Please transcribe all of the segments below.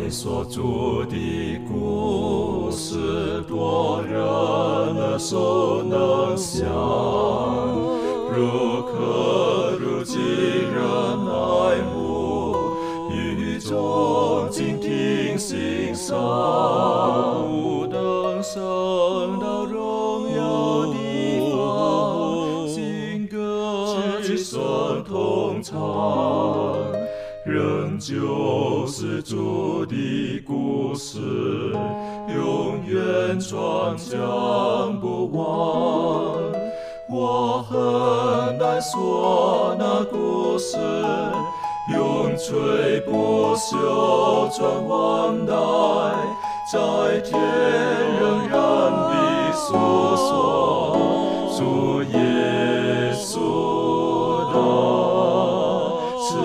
你所著的故事，多人耳熟能详，如可如今人爱慕，语中静听欣赏，不等升到荣耀的方，新歌之声同唱，仍旧是主的故事，永远传讲不完。我很难说那故事，永垂不朽传万代，在天仍然地诉说主耶稣的慈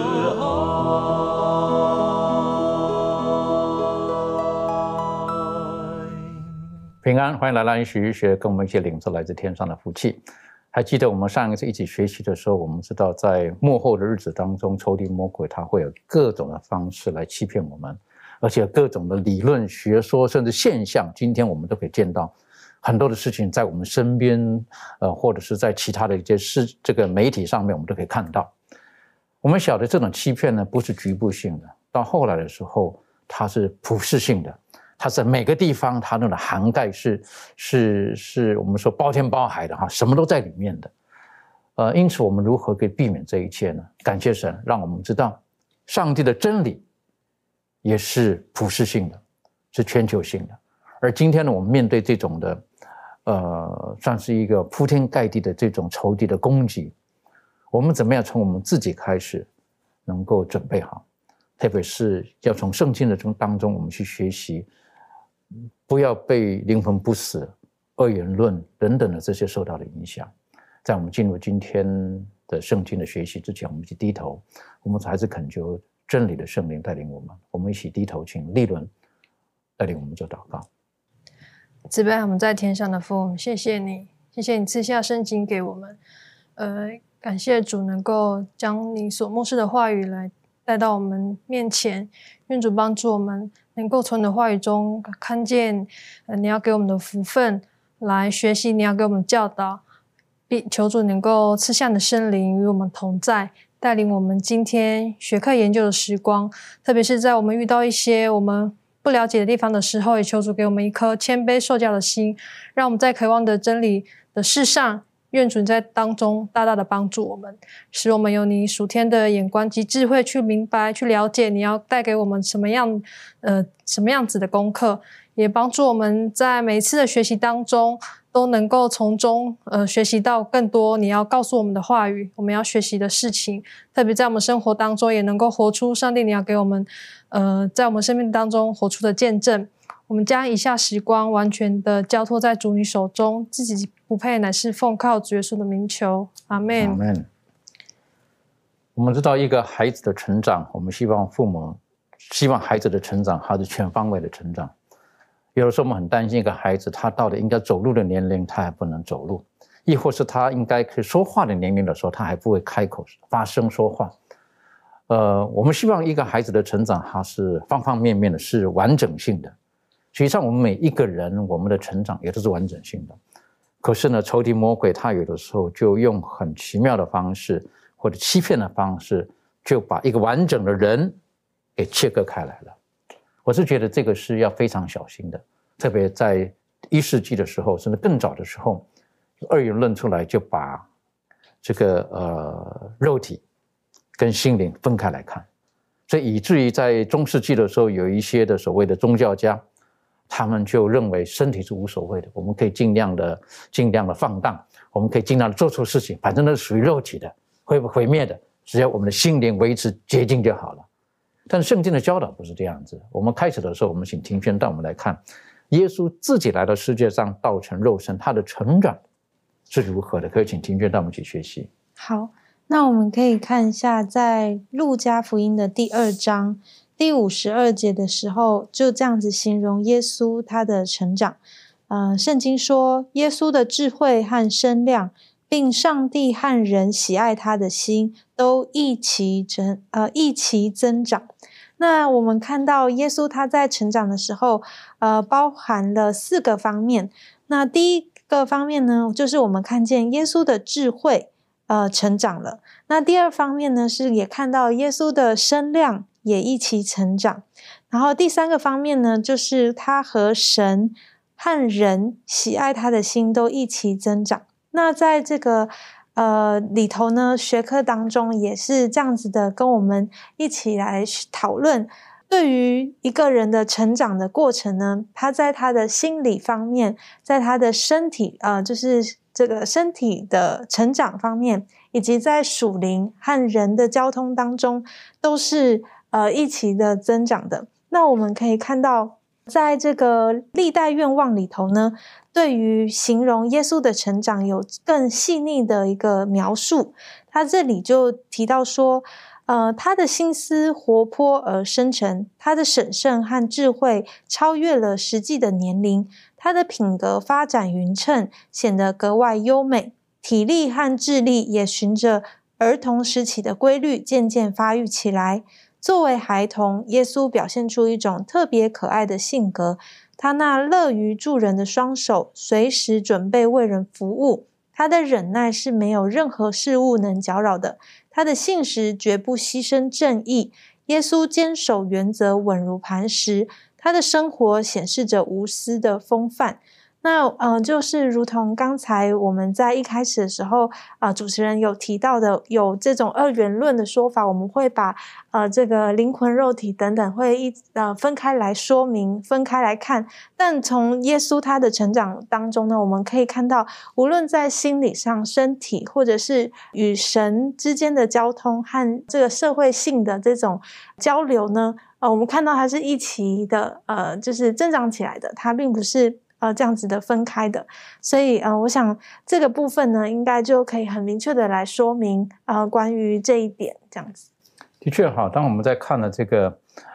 爱。 平安，欢迎来到一学一学，跟我们一起领受来自天上的福气。还记得我们上一次一起学习的时候，我们知道在末后的日子当中，仇敌魔鬼他会有各种的方式来欺骗我们，而且各种的理论学说甚至现象，今天我们都可以见到很多的事情在我们身边，或者是在其他的一些这个媒体上面，我们都可以看到。我们晓得这种欺骗呢，不是局部性的，到后来的时候，它是普世性的。它在每个地方，它那种涵盖是我们说包天包海的哈，什么都在里面的。因此我们如何可以避免这一切呢？感谢神，让我们知道上帝的真理也是普世性的，是全球性的。而今天呢，我们面对这种的算是一个铺天盖地的这种仇敌的攻击，我们怎么样从我们自己开始能够准备好？特别是要从圣经的当中我们去学习，不要被灵魂不死、二元论等等的这些受到的影响。在我们进入今天的圣经的学习之前，我们一起低头，我们还是恳求真理的圣灵带领我们。我们一起低头，请立伦带领我们做祷告。 慈悲我们在天上的父，谢谢你，谢谢你赐下圣经给我们。感谢主能够将你所默示的话语来带到我们面前，愿主帮助我们能够从你的话语中看见你要给我们的福分，来学习你要给我们的教导，并求主能够赐下你的圣灵与我们同在，带领我们今天学科研究的时光，特别是在我们遇到一些我们不了解的地方的时候，也求主给我们一颗谦卑受教的心，让我们在渴望的真理的事上，愿主在当中大大的帮助我们，使我们有你属天的眼光及智慧去明白、去了解你要带给我们什么样子的功课，也帮助我们在每一次的学习当中都能够从中学习到更多你要告诉我们的话语，我们要学习的事情，特别在我们生活当中也能够活出上帝你要给我们在我们生命当中活出的见证。我们将以下时光完全的交托在主你手中，自己不配，乃是奉靠主耶稣的名求，阿们。 阿们。我们知道一个孩子的成长，我们希望父母希望孩子的成长他是全方位的成长。有的时候我们很担心一个孩子他到了应该走路的年龄他还不能走路，亦或是他应该可以说话的年龄的时候他还不会开口发声说话。我们希望一个孩子的成长他是方方面面的，是完整性的。实际上我们每一个人我们的成长也都是完整性的，可是呢仇敌魔鬼他有的时候就用很奇妙的方式或者欺骗的方式，就把一个完整的人给切割开来了。我是觉得这个是要非常小心的，特别在1世纪的时候甚至更早的时候，二元论出来就把这个肉体跟心灵分开来看，所以以至于在中世纪的时候有一些的所谓的宗教家，他们就认为身体是无所谓的，我们可以尽量的放荡，我们可以尽量的做错事情，反正那是属于肉体的，会毁灭的，只要我们的心灵维持洁净就好了。但是圣经的教导不是这样子。我们开始的时候我们请庭轩带我们来看耶稣自己来到世界上道成肉身，他的成长是如何的，可以请庭轩带我们一起学习。 好，那我们可以看一下在路加福音的第2章第52节的时候，就这样子形容耶稣他的成长。圣经说耶稣的智慧和身量，并上帝和人喜爱他的心都一齐增长。 那我们看到耶稣他在成长的时候，包含了4个方面。那第一个方面呢，就是我们看见耶稣的智慧成长了。那第二方面呢，是也看到耶稣的身量也一起成长。然后第3个方面呢，就是他和神和人喜爱他的心都一起增长。那在这个里头呢，学科当中也是这样子的，跟我们一起来讨论，对于一个人的成长的过程呢，他在他的心理方面，在他的身体就是这个身体的成长方面，以及在属灵和人的交通当中，都是一起的增长的。那我们可以看到，在这个历代愿望里头呢，对于形容耶稣的成长有更细腻的一个描述。他这里就提到说，他的心思活泼而深沉，他的审慎和智慧超越了实际的年龄，他的品格发展匀称，显得格外优美，体力和智力也循着儿童时期的规律渐渐发育起来。作为孩童，耶稣表现出一种特别可爱的性格，他那乐于助人的双手，随时准备为人服务，他的忍耐是没有任何事物能搅扰的，他的信实绝不牺牲正义，耶稣坚守原则稳如磐石，他的生活显示着无私的风范。那就是如同刚才我们在一开始的时候主持人有提到的，有这种二元论的说法，我们会把这个灵魂肉体等等会分开来说明，分开来看。但从耶稣他的成长当中呢，我们可以看到，无论在心理上、身体，或者是与神之间的交通和这个社会性的这种交流呢，我们看到它是一起的就是增长起来的，它并不是这样子的分开的。所以我想这个部分呢，应该就可以很明确的来说明关于这一点这样子。 的确哈，当我们在看了这个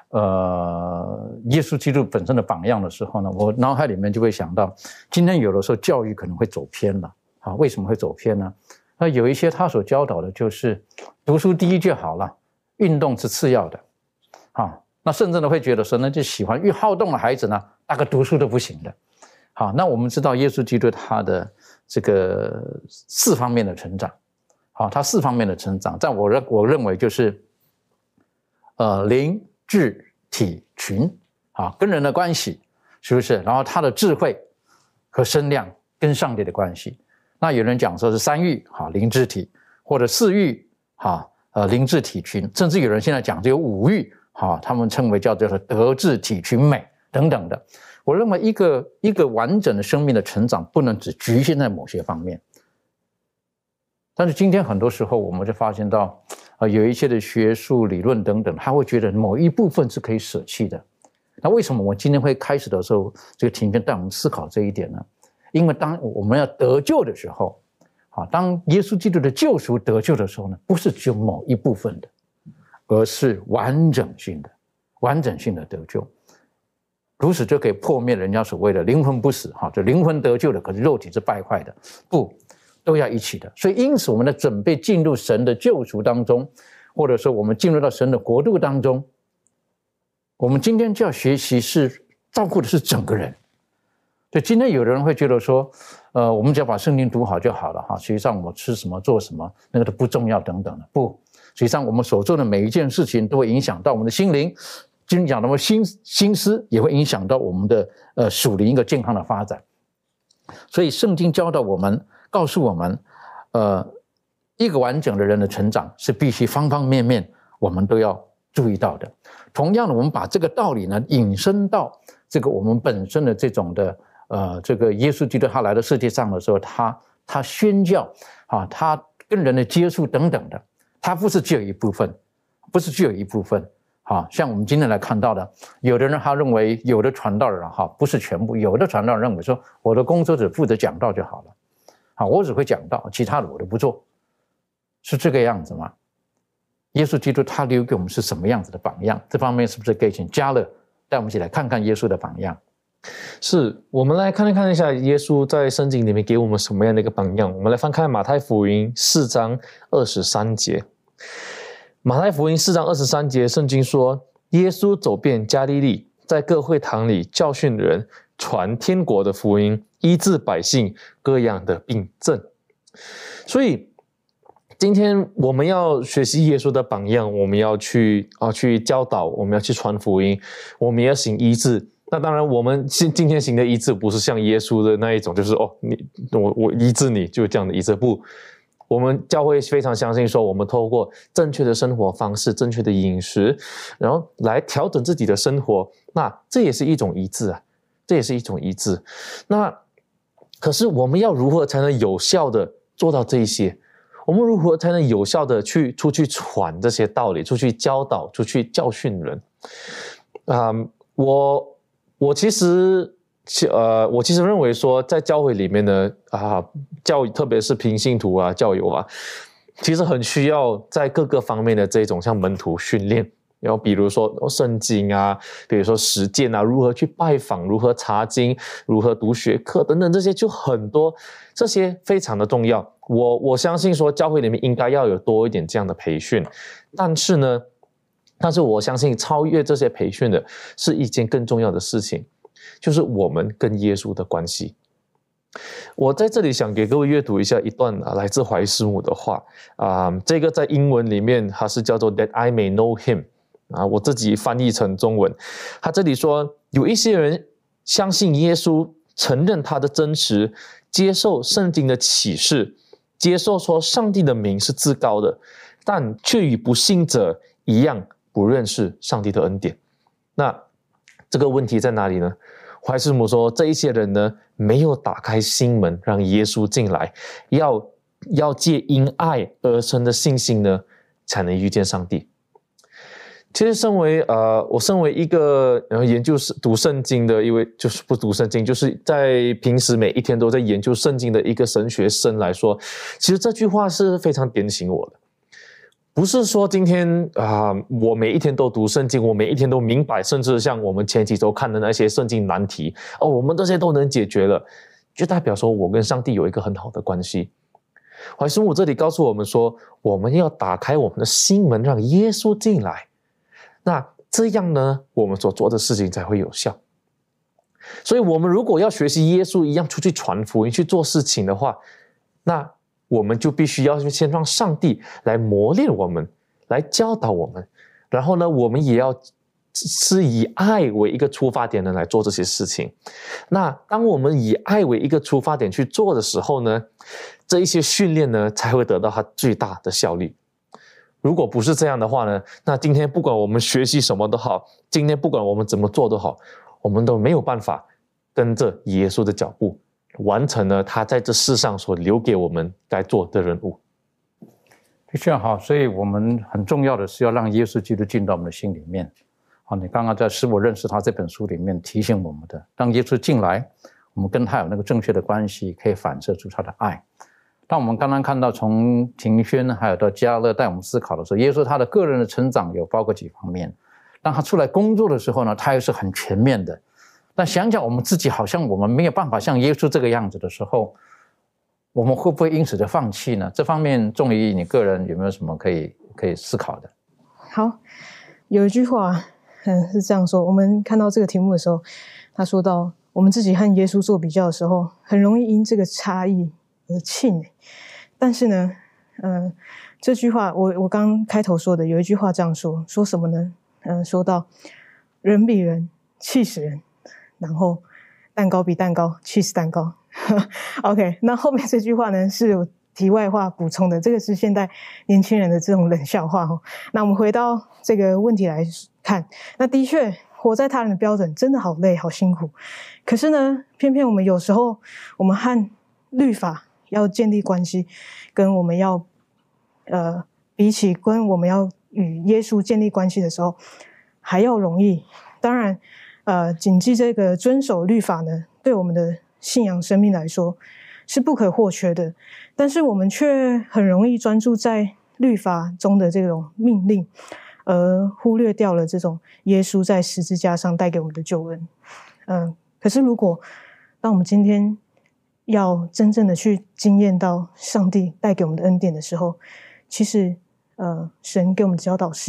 耶稣基督本身的榜样的时候呢，我脑海里面就会想到，今天有的时候教育可能会走偏了啊。为什么会走偏呢？那有一些他所教导的就是读书第一就好了，运动是次要的啊。那甚至呢会觉得说呢，就喜欢越好动的孩子呢，大概读书都不行的。好，那我们知道耶稣基督他的这个4方面的成长，好，他4方面的成长，在我认为就是灵智体群，啊，跟人的关系是不是？然后他的智慧和身量跟上帝的关系。那有人讲说是3欲，好，灵智体，或者4欲，好，灵智体群，甚至有人现在讲只有5欲，好，他们称为叫做德智体群美等等的。我认为一个完整的生命的成长不能只局限在某些方面，但是今天很多时候我们就发现到有一些的学术理论等等，他会觉得某一部分是可以舍弃的。那为什么我今天会开始的时候，这个庭轩带我们思考这一点呢？因为当我们要得救的时候，当耶稣基督的救赎得救的时候呢，不是只有某一部分的，而是完整性的得救。如此就可以破灭人家所谓的灵魂不死，就灵魂得救的，可是肉体是败坏的，不，都要一起的。所以因此我们的准备进入神的救赎当中，或者说我们进入到神的国度当中，我们今天就要学习是照顾的是整个人。所以今天有的人会觉得说我们只要把圣经读好就好了哈，实际上我们吃什么做什么那个都不重要等等的，不，实际上我们所做的每一件事情都会影响到我们的心灵，今天讲到心思也会影响到我们的属灵一个健康的发展。所以圣经教导我们，告诉我们一个完整的人的成长是必须方方面面我们都要注意到的。同样的，我们把这个道理呢引申到这个我们本身的这种的这个耶稣基督他来到世界上的时候，他宣教他跟人的接触等等的，他不是只有一部分，像我们今天来看到的，有的人他认为有的传道人不是全部，有的传道人认为说我的工作只负责讲道就好了，我只会讲道，其他的我都不做，是这个样子吗？耶稣基督他留给我们是什么样子的榜样？这方面是不是可以请嘉乐带我们一起来看看耶稣的榜样？ 是，我们来看一下耶稣在圣经里面给我们什么样的一个榜样。我们来翻看马太福音4章23节。马太福音4章23节，圣经说， 耶稣走遍加利利，在各会堂里教训人，传天国的福音，医治百姓各样的病症。所以今天我们要学习耶稣的榜样，我们要去教导，我们要去传福音，我们要行医治。那当然我们今天行的医治不是像耶稣的那一种，就是我医治你就这样的医治，不，我们教会非常相信说，我们透过正确的生活方式，正确的饮食，然后来调整自己的生活，那这也是一种医治啊，这也是一种医治。那可是我们要如何才能有效的做到这一些？我们如何才能有效的出去传这些道理，出去教导，出去教训人？我其实认为说，在教会里面呢，教育特别是平信徒啊、教友啊，其实很需要在各个方面的这种像门徒训练，然后比如说圣经啊，比如说实践啊，如何去拜访，如何查经，如何读学课等等，这些就很多，这些非常的重要。我相信说，教会里面应该要有多一点这样的培训，但是我相信超越这些培训的是一件更重要的事情，就是我们跟耶稣的关系。我在这里想给各位阅读一下一段来自怀斯姆的话，这个在英文里面它是叫做 That I may know him， 我自己翻译成中文。他这里说，有一些人相信耶稣，承认他的真实，接受圣经的启示，接受说上帝的名是至高的，但却与不信者一样不认识上帝的恩典。那这个问题在哪里呢？怀斯姆说，这一些人呢，没有打开心门让耶稣进来，要借因爱而生的信心呢，才能遇见上帝。其实我身为一个研究读圣经的一位，就是不读圣经，就是在平时每一天都在研究圣经的一个神学生来说，其实这句话是非常点醒我的。不是说今天我每一天都读圣经，我每一天都明白，甚至像我们前几周看的那些圣经难题，我们这些都能解决了，就代表说我跟上帝有一个很好的关系。怀斯姆这里告诉我们说，我们要打开我们的心门，让耶稣进来，那这样呢，我们所做的事情才会有效。所以我们如果要学习耶稣一样出去传福音，去做事情的话，那我们就必须要先让上帝来磨练我们，来教导我们，然后呢，我们也要是以爱为一个出发点的来做这些事情。那当我们以爱为一个出发点去做的时候呢，这一些训练呢才会得到它最大的效率。如果不是这样的话呢，那今天不管我们学习什么都好，今天不管我们怎么做都好，我们都没有办法跟着耶稣的脚步，完成了他在这世上所留给我们该做的任务。 的确好，所以我们很重要的是要让耶稣基督进到我们的心里面。好，你刚刚在《使我认识他》这本书里面提醒我们的，让耶稣进来，我们跟他有那个正确的关系，可以反射出他的爱。当我们刚刚看到从庭轩还有到嘉乐带我们思考的时候，耶稣他的个人的成长有包括几方面。当他出来工作的时候呢，他又是很全面的。但想想我们自己好像我们没有办法像耶稣这个样子的时候，我们会不会因此就放弃呢？这方面仲仪你个人有没有什么可以思考的？ 好，有一句话是这样说，我们看到这个题目的时候，他说到我们自己和耶稣做比较的时候，很容易因这个差异而气馁。但是呢这句话我刚开头说的有一句话这样说什么呢？说到人比人气死人，然后蛋糕比蛋糕气死蛋糕OK， 那后面这句话呢是有题外话补充的，这个是现代年轻人的这种冷笑话那我们回到这个问题来看，那的确活在他人的标准真的好累好辛苦，可是呢偏偏我们有时候我们和律法要建立关系，跟我们要比起跟我们要与耶稣建立关系的时候还要容易。当然谨记这个遵守律法呢，对我们的信仰生命来说是不可或缺的，但是我们却很容易专注在律法中的这种命令，而忽略掉了这种耶稣在十字架上带给我们的救恩。可是如果当我们今天要真正的去经验到上帝带给我们的恩典的时候，其实神给我们的教导是，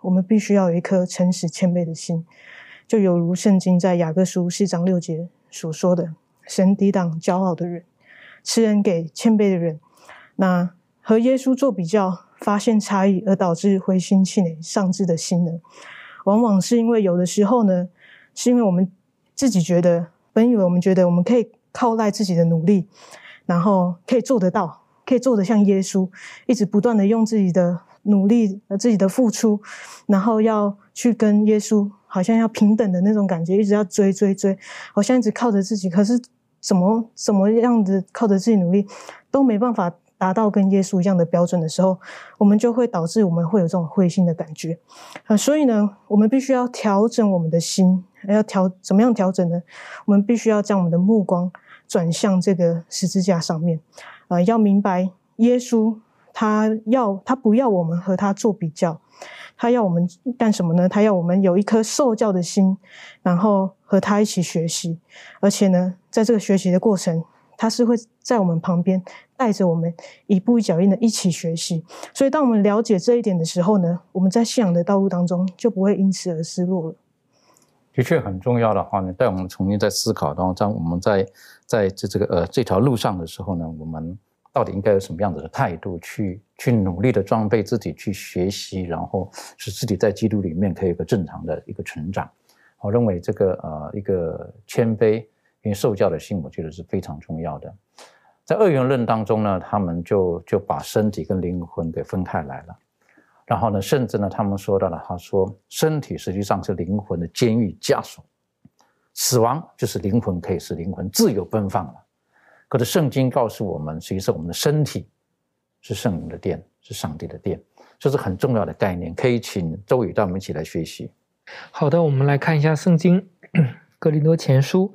我们必须要有一颗诚实谦卑的心，就有如圣经在雅各书4章6节所说的，神抵挡骄傲的人，赐恩给谦卑的人。那和耶稣做比较，发现差异而导致灰心气馁丧志的心呢，往往是因为有的时候呢，是因为我们自己觉得，本以为我们觉得我们可以靠赖自己的努力，然后可以做得到，可以做得像耶稣，一直不断的用自己的努力自己的付出，然后要去跟耶稣好像要平等的那种感觉，一直要追，好像一直靠着自己，可是怎么样子靠着自己努力都没办法达到跟耶稣一样的标准的时候，我们就会导致我们会有这种灰心的感觉。所以呢，我们必须要调整我们的心，怎么样调整呢？我们必须要将我们的目光转向这个十字架上面，要明白耶稣他不要我们和他做比较，他要我们干什么呢？他要我们有一颗受教的心，然后和他一起学习，而且呢，在这个学习的过程，他是会在我们旁边带着我们一步一脚印的一起学习。所以当我们了解这一点的时候呢，我们在信仰的道路当中就不会因此而失落了。 的确很重要的话呢，带我们重新在思考当中，我们在这条路上的时候呢，我们到底应该有什么样子的态度去努力的装备自己，去学习，然后使自己在基督里面可以有一个正常的一个成长。我认为这个一个谦卑因为受教的心，我觉得是非常重要的。在二元论当中呢，他们就把身体跟灵魂给分开来了。然后呢，甚至呢，他们说到了，他说身体实际上是灵魂的监狱枷锁，死亡就是灵魂可以使灵魂自由奔放了。可是圣经告诉我们，实际上我们的身体是圣灵的殿，是上帝的殿，这是很重要的概念，可以请周宇带我们一起来学习。 好的，我们来看一下圣经哥林多前书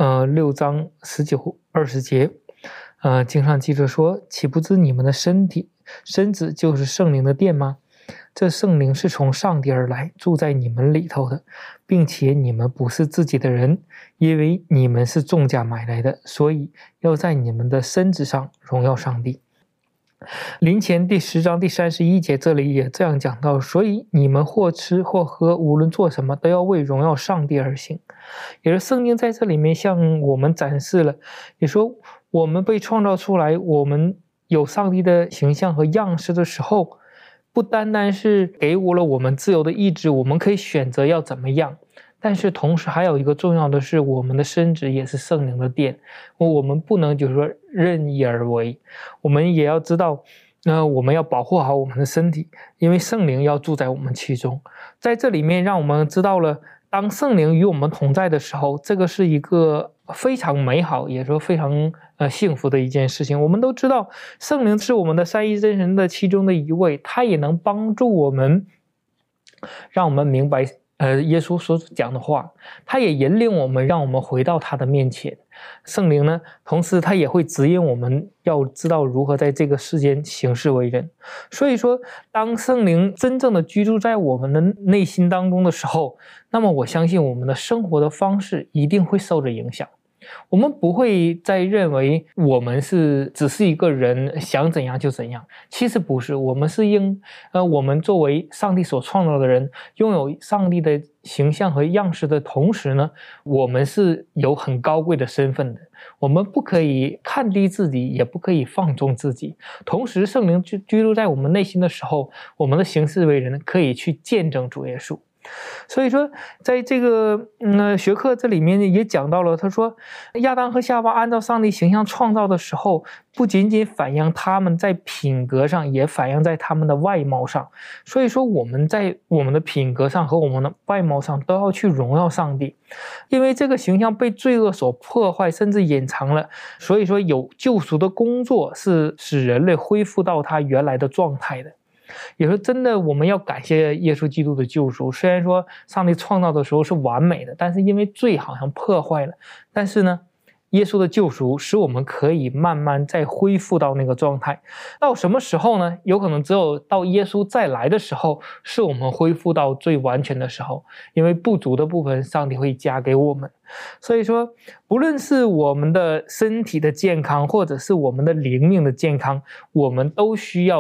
6章19、20节，经上记着说，岂不知你们的身子就是圣灵的殿吗？这圣灵是从上帝而来，住在你们里头的，并且你们不是自己的人，因为你们是重价买来的，所以要在你们的身子上荣耀上帝。林前第10章第31节这里也这样讲到，所以你们或吃或喝，无论做什么，都要为荣耀上帝而行。也是圣经在这里面向我们展示了，也说我们被创造出来，我们有上帝的形象和样式的时候，不单单是给我了我们自由的意志，我们可以选择要怎么样，但是同时还有一个重要的是，我们的身子也是圣灵的殿，我们不能就是说任意而为，我们也要知道我们要保护好我们的身体，因为圣灵要住在我们其中。在这里面让我们知道了，当圣灵与我们同在的时候，这个是一个非常美好，也说非常幸福的一件事情。我们都知道圣灵是我们的三一真神的其中的一位，他也能帮助我们，让我们明白耶稣所讲的话，他也引领我们，让我们回到他的面前。圣灵呢，同时他也会指引我们，要知道如何在这个世间行事为人。所以说，当圣灵真正的居住在我们的内心当中的时候，那么我相信我们的生活的方式一定会受着影响。我们不会再认为我们只是一个人想怎样就怎样，其实不是，我们是我们作为上帝所创造的人，拥有上帝的形象和样式的同时呢，我们是有很高贵的身份的，我们不可以看低自己，也不可以放纵自己。同时圣灵居住在我们内心的时候，我们的行事为人可以去见证主耶稣。所以说在这个学科这里面也讲到了，他说亚当和夏娃按照上帝形象创造的时候，不仅仅反映他们在品格上，也反映在他们的外貌上。所以说我们在我们的品格上和我们的外貌上都要去荣耀上帝，因为这个形象被罪恶所破坏甚至隐藏了，所以说有救赎的工作是使人类恢复到他原来的状态的。也说真的，我们要感谢耶稣基督的救赎。虽然说上帝创造的时候是完美的，但是因为罪好像破坏了，但是呢，耶稣的救赎使我们可以慢慢再恢复到那个状态。到什么时候呢？有可能只有到耶稣再来的时候，是我们恢复到最完全的时候，因为不足的部分上帝会加给我们。所以说不论是我们的身体的健康，或者是我们的灵命的健康，我们都需要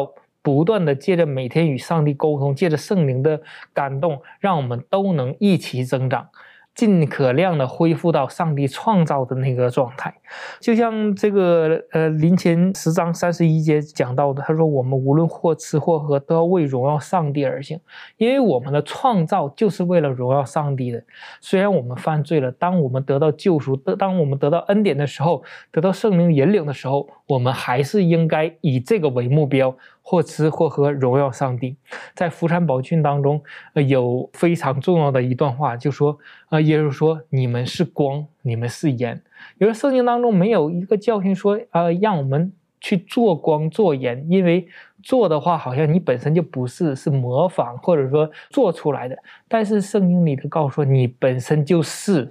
不断的借着每天与上帝沟通，借着圣灵的感动，让我们都能一起增长，尽可量的恢复到上帝创造的那个状态。就像这个林前10章31节讲到的，他说我们无论或吃或喝都要为荣耀上帝而行，因为我们的创造就是为了荣耀上帝的。虽然我们犯罪了，当我们得到救赎，当我们得到恩典的时候，得到圣灵引领的时候，我们还是应该以这个为目标，或吃或喝荣耀上帝。在福山宝训当中有非常重要的一段话，就说耶稣说你们是光，你们是盐。有的圣经当中没有一个教训说让我们去做光做盐，因为做的话好像你本身就不是，是模仿或者说做出来的。但是圣经里头告诉说你本身就是，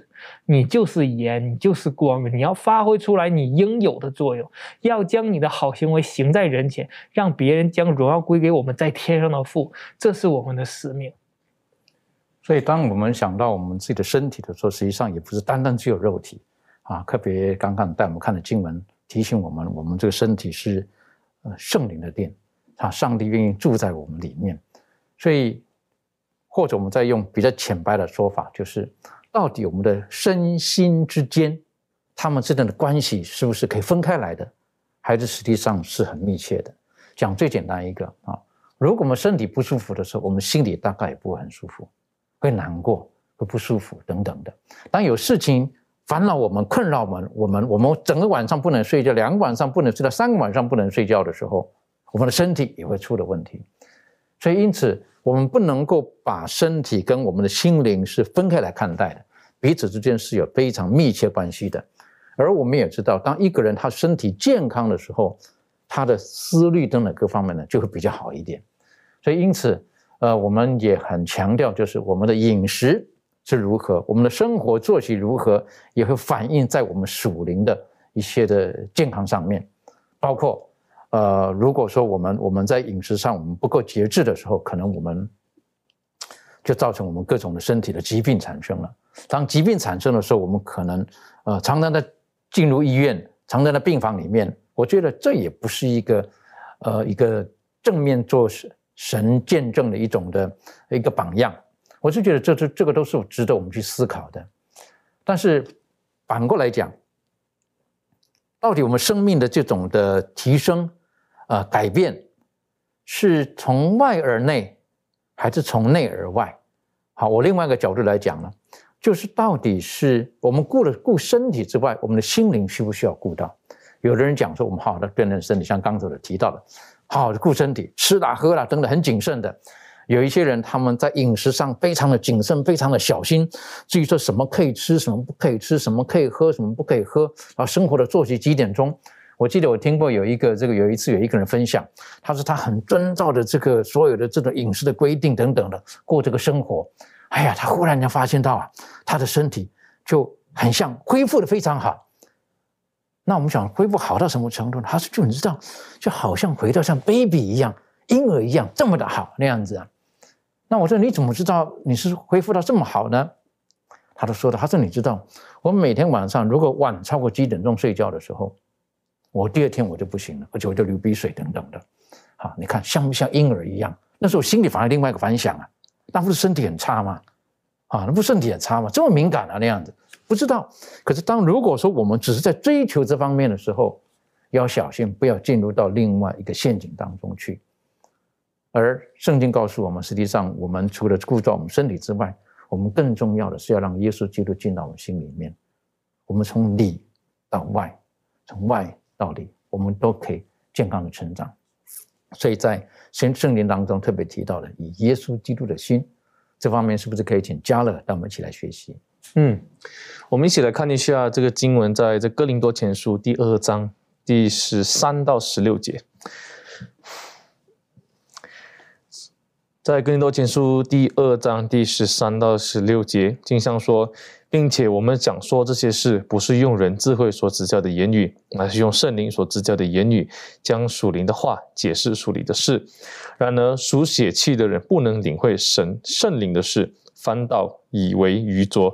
你就是盐，你就是光，你要发挥出来你应有的作用，要将你的好行为行在人前，让别人将荣耀归给我们在天上的父，这是我们的使命。 所以当我们想到我们自己的身体的时候，实际上也不是单单只有肉体特别刚刚带我们看的经文提醒我们，我们这个身体是圣灵的殿上帝愿意住在我们里面。所以或者我们再用比较浅白的说法，就是到底我们的身心之间他们之间的关系是不是可以分开来的，还是实际上是很密切的。讲最简单一个如果我们身体不舒服的时候，我们心里大概也不会很舒服，会难过，会不舒服等等的。当有事情烦恼我们，困扰我们整个晚上不能睡觉，2个晚上不能睡觉，3个晚上不能睡觉的时候，我们的身体也会出了问题。所以因此我们不能够把身体跟我们的心灵是分开来看待的，彼此之间是有非常密切关系的。而我们也知道，当一个人他身体健康的时候，他的思虑等等各方面呢就会比较好一点。所以因此我们也很强调，就是我们的饮食是如何，我们的生活作息如何，也会反映在我们属灵的一些的健康上面。包括如果说我们在饮食上我们不够节制的时候，可能我们就造成我们各种的身体的疾病产生了。当疾病产生的时候，我们可能常常的进入医院，常常在病房里面。我觉得这也不是一个正面做神见证的一个榜样。我是觉得这个都是值得我们去思考的。但是反过来讲，到底我们生命的这种的提升改变是从外而内还是从内而外？好，我另外一个角度来讲呢，就是到底是我们顾身体之外，我们的心灵需不需要顾到？有的人讲说我们好好的锻炼身体，像刚才提到的，好好的顾身体，吃啦喝啦等等很谨慎的。有一些人他们在饮食上非常的谨慎，非常的小心，至于说什么可以吃，什么不可以吃，什么可以喝，什么不可以喝，然后生活的作息几点钟。我记得我听过有一次有一个人分享，他说他很遵照的这个所有的这种饮食的规定等等的过这个生活。哎呀，他忽然间发现到他的身体就很像恢复的非常好。那我们想恢复好到什么程度呢？他说就你知道，就好像回到像 baby 一样，婴儿一样这么的好那样子啊。那我说你怎么知道你是恢复到这么好呢？他就说的，他说你知道，我每天晚上如果晚超过几点钟睡觉的时候，我第二天我就不行了，而且我就流鼻水等等的。好，你看像不像婴儿一样？那时候心里反而另外一个反响那不是身体很差吗？那不是身体很差吗？这么敏感那样子，不知道。可是如果说我们只是在追求这方面的时候，要小心不要进入到另外一个陷阱当中去。而圣经告诉我们，实际上我们除了顾照我们身体之外，我们更重要的是要让耶稣基督进到我们心里面。我们从里到外，从外到里，我们都可以健康的成长。所以在圣经当中特别提到的以耶稣基督的心，这方面是不是可以请嘉乐让我们一起来学习？ 我们一起来看一下这个经文，在这哥林多前书第2章第13到16节。在哥林多前书第2章第13到16节，经上说，并且我们讲说这些事，不是用人智慧所指教的言语，而是用圣灵所指教的言语，将属灵的话解释属灵的事。然而属血气的人不能领会圣灵的事，反倒以为愚拙，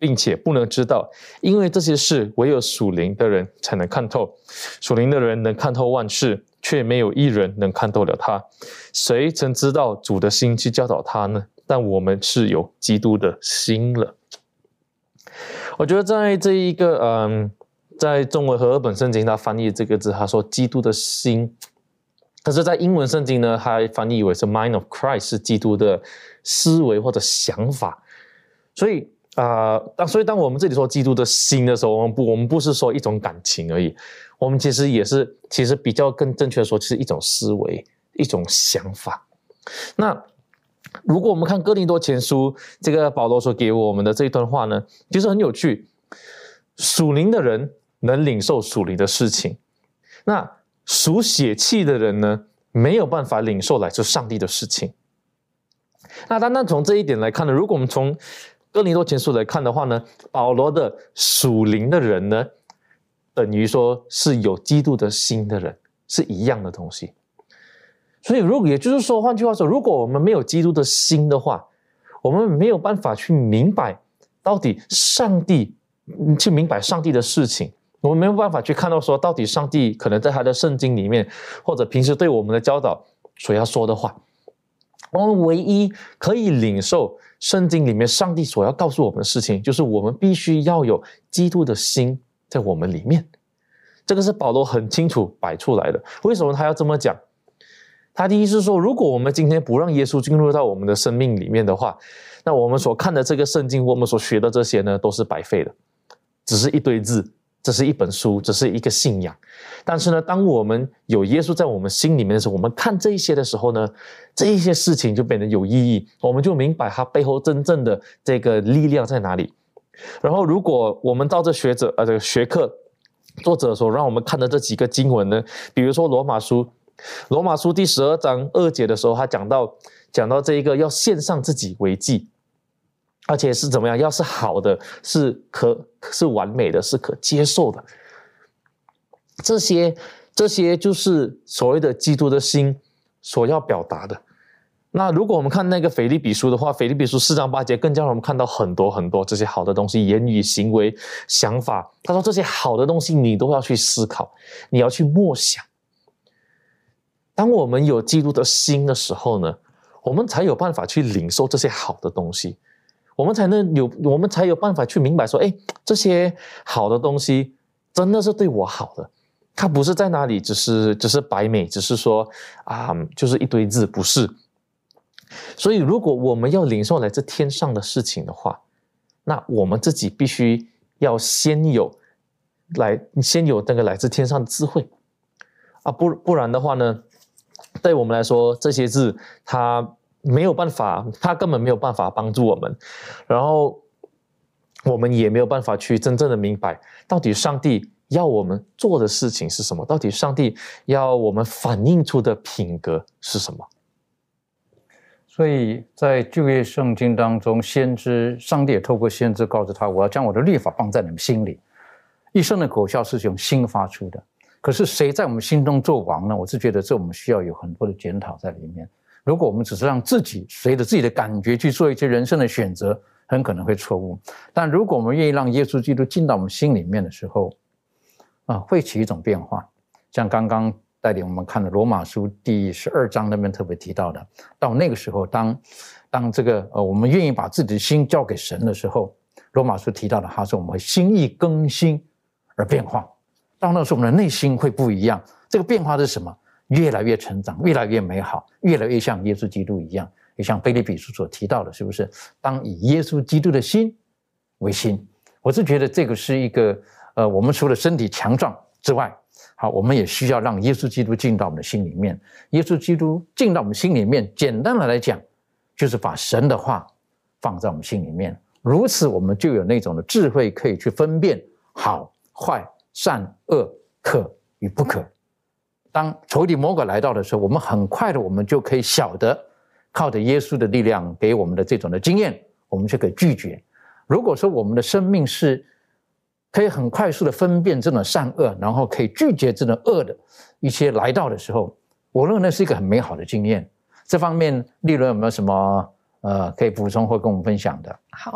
并且不能知道，因为这些事唯有属灵的人才能看透。属灵的人能看透万事，却没有一人能看透了他。谁曾知道主的心去教导他呢？但我们是有基督的心了。我觉得在这一个在中文和合本圣经他翻译这个字，他说基督的心，可是在英文圣经呢，他翻译为是 mind of Christ， 是基督的思维或者想法。所以当我们这里说基督的心的时候，我们不是说一种感情而已，我们其实比较更正确的说，是一种思维，一种想法。那如果我们看哥林多前书这个保罗所给我们的这一段话呢，其实很有趣。属灵的人能领受属灵的事情，那属血气的人呢，没有办法领受来自上帝的事情。那单单从这一点来看呢，如果我们从哥林多前书来看的话呢，保罗的属灵的人呢，等于说是有基督的心的人，是一样的东西。所以也就是说，换句话说，如果我们没有基督的心的话，我们没有办法去明白到底上帝的事情，我们没有办法去看到说到底上帝可能在他的圣经里面，或者平时对我们的教导所要说的话。我们唯一可以领受圣经里面上帝所要告诉我们的事情，就是我们必须要有基督的心在我们里面。这个是保罗很清楚摆出来的。为什么他要这么讲？他第一是说，如果我们今天不让耶稣进入到我们的生命里面的话，那我们所看的这个圣经，我们所学的这些呢，都是白费的，只是一堆字，这是一本书，这是一个信仰。但是呢，当我们有耶稣在我们心里面的时候，我们看这一些的时候呢，这一些事情就变得有意义，我们就明白它背后真正的这个力量在哪里。然后如果我们照着这个学科作者所让我们看的这几个经文呢，比如说罗马书第12章2节的时候，他讲到这一个要献上自己为祭，而且是怎么样，要是好的，是完美的，是可接受的。这些就是所谓的基督的心所要表达的。那如果我们看那个腓立比书的话，腓立比书4章8节更加让我们看到很多很多这些好的东西，言语、行为、想法。他说这些好的东西你都要去思考，你要去默想。当我们有基督的心的时候呢，我们才有办法去领受这些好的东西，我们才有办法去明白说，这些好的东西真的是对我好的，它不是在那里只是白美，只是说就是一堆字，不是。所以如果我们要领受来自天上的事情的话，那我们自己必须要先有那个来自天上的智慧不然的话呢，对我们来说这些字它根本没有办法帮助我们，然后我们也没有办法去真正的明白到底上帝要我们做的事情是什么，到底上帝要我们反映出的品格是什么。 所以在旧约圣经当中，上帝也透过先知告诉他，我要将我的律法放在你们心里。一生的果效是从心发出的，可是谁在我们心中做王呢？我是觉得这我们需要有很多的检讨在里面。如果我们只是让自己随着自己的感觉去做一些人生的选择，很可能会错误。但如果我们愿意让耶稣基督进到我们心里面的时候会起一种变化。像刚刚带领我们看的罗马书第12章那边特别提到的，到那个时候当这个我们愿意把自己的心交给神的时候，罗马书提到的他说我们会心意更新而变化，到那个时候我们的内心会不一样。这个变化是什么？越来越成长，越来越美好，越来越像耶稣基督一样，也像腓立比书所提到的，是不是当以耶稣基督的心为心。我是觉得这个是一个我们除了身体强壮之外，好，我们也需要让耶稣基督进到我们的心里面。耶稣基督进到我们心里面，简单的来讲就是把神的话放在我们心里面，如此我们就有那种的智慧，可以去分辨好坏善恶可与不可。当仇敌魔鬼来到的时候，我们很快的我们就可以晓得，靠着耶稣的力量给我们的这种的经验，我们就可以拒绝。如果说我们的生命是可以很快速的分辨这种善恶，然后可以拒绝这种恶的一些来到的时候，我认为那是一个很美好的经验。这方面丽伦有没有什么可以补充或跟我们分享的？ 好，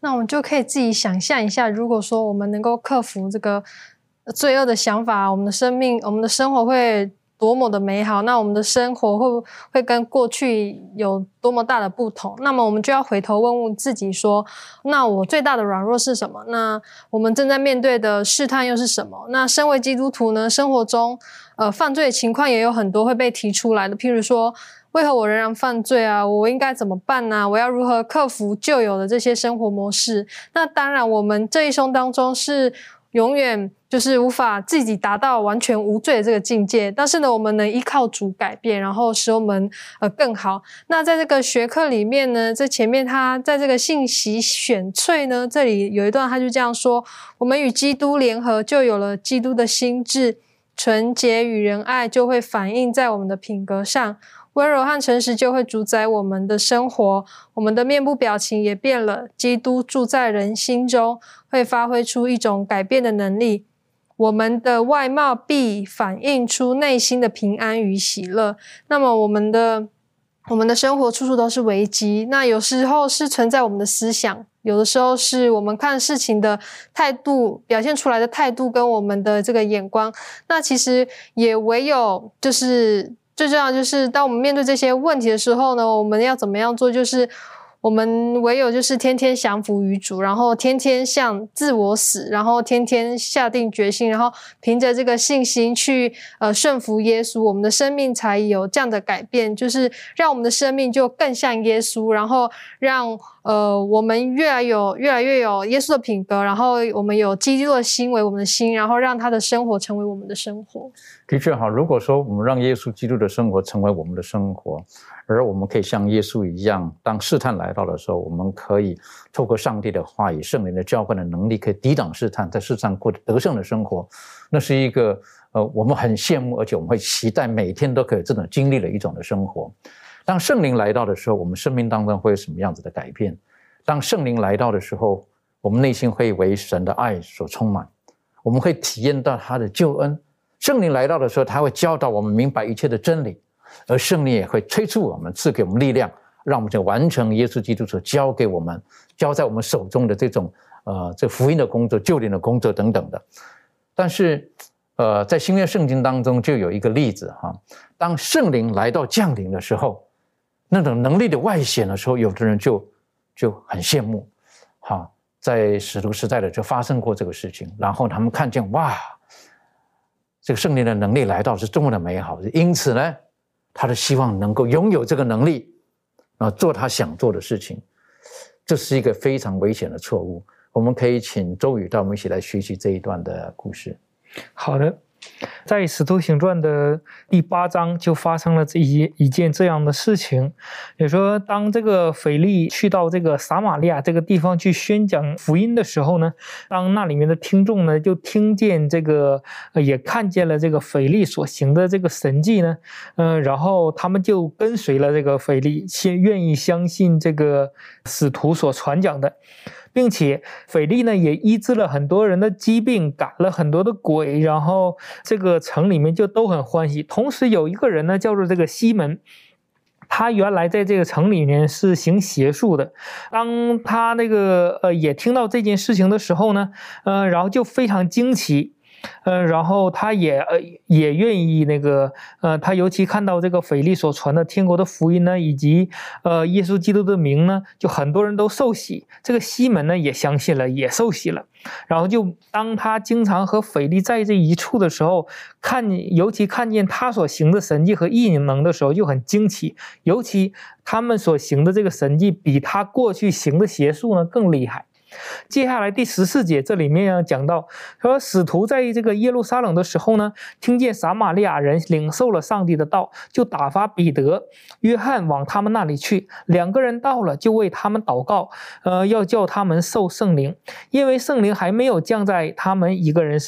那我们就可以自己想象一下，如果说我们能够克服这个罪恶的想法，我们的生命、我们的生活会多么的美好，那我们的生活会跟过去有多么大的不同？那么我们就要回头问问自己说，那我最大的软弱是什么？那我们正在面对的试探又是什么？那身为基督徒呢，生活中犯罪的情况也有很多会被提出来的，譬如说，为何我仍然犯罪啊？我应该怎么办呢？我要如何克服旧有的这些生活模式？那当然，我们这一生当中是永远就是无法自己达到完全无罪的这个境界，但是呢，我们能依靠主改变，然后使我们更好。那在这个学课里面呢，在前面他在这个信息选粹呢，这里有一段他就这样说：我们与基督联合，就有了基督的心志，纯洁与仁爱就会反映在我们的品格上。温柔和诚实就会主宰我们的生活，我们的面部表情也变了。基督住在人心中，会发挥出一种改变的能力。我们的外貌必反映出内心的平安与喜乐。那么我们的生活处处都是危机，那有时候是存在我们的思想，有的时候是我们看事情的态度表现出来的态度跟我们的这个眼光。那其实也唯有就是最重要就是当我们面对这些问题的时候呢，我们要怎么样做？就是我们唯有就是天天降服于主，然后天天向自我死，然后天天下定决心，然后凭着这个信心去顺服耶稣，我们的生命才有这样的改变，就是让我们的生命就更像耶稣，然后让我们越来越有耶稣的品格，然后我们有基督的心为我们的心，然后让他的生活成为我们的生活。 的确哈，如果说我们让耶稣基督的生活成为我们的生活，而我们可以像耶稣一样，当试探来到的时候，我们可以透过上帝的话语、圣灵的浇灌的能力，可以抵挡试探，在世上过得胜的生活。那是一个我们很羡慕，而且我们会期待每天都可以这种经历的一种的生活。当圣灵来到的时候，我们生命当中会有什么样子的改变？当圣灵来到的时候，我们内心会为神的爱所充满，我们会体验到他的救恩。圣灵来到的时候，他会教导我们明白一切的真理，而圣灵也会催促我们，赐给我们力量，让我们去完成耶稣基督所交给我们、交在我们手中的这种这福音的工作、救灵的工作等等的。但是在新约圣经当中就有一个例子哈，当圣灵来到降临的时候，那种能力的外显的时候，有的人就很羡慕哈。在使徒时代的就发生过这个事情，然后他们看见哇，这个圣灵的能力来到是多么的美好，因此呢，他的希望能够拥有这个能力，做他想做的事情。这是一个非常危险的错误。我们可以请周宇带我们一起来学习这一段的故事。 好的，在《使徒行传》的第8章就发生了一件这样的事情，也说当这个腓力去到这个撒玛利亚这个地方去宣讲福音的时候呢，当那里面的听众呢就听见这个也看见了这个腓力所行的这个神迹呢，然后他们就跟随了这个腓力，愿意相信这个使徒所传讲的。并且腓力呢也医治了很多人的疾病，赶了很多的鬼，然后这个城里面就都很欢喜。同时有一个人呢叫做这个西门，他原来在这个城里面是行邪术的。当他那个也听到这件事情的时候呢，然后就非常惊奇。然后他也愿意那个他尤其看到这个腓力所传的天国的福音呢，以及耶稣基督的名呢，就很多人都受洗。这个西门呢也相信了，也受洗了。然后就当他经常和腓力在这一处的时候，尤其看见他所行的神迹和异能的时候，就很惊奇。尤其他们所行的这个神迹比他过去行的邪术呢更厉害。接下来第14节这里面讲到说，使徒在这个耶路撒冷的时候呢，听见撒玛利亚人领受了上帝的道，就打发彼得、约翰往他们那里去。2个人到了，就为他们祷告，要叫他们受圣灵，因为圣灵还没有降在他们一个人身上。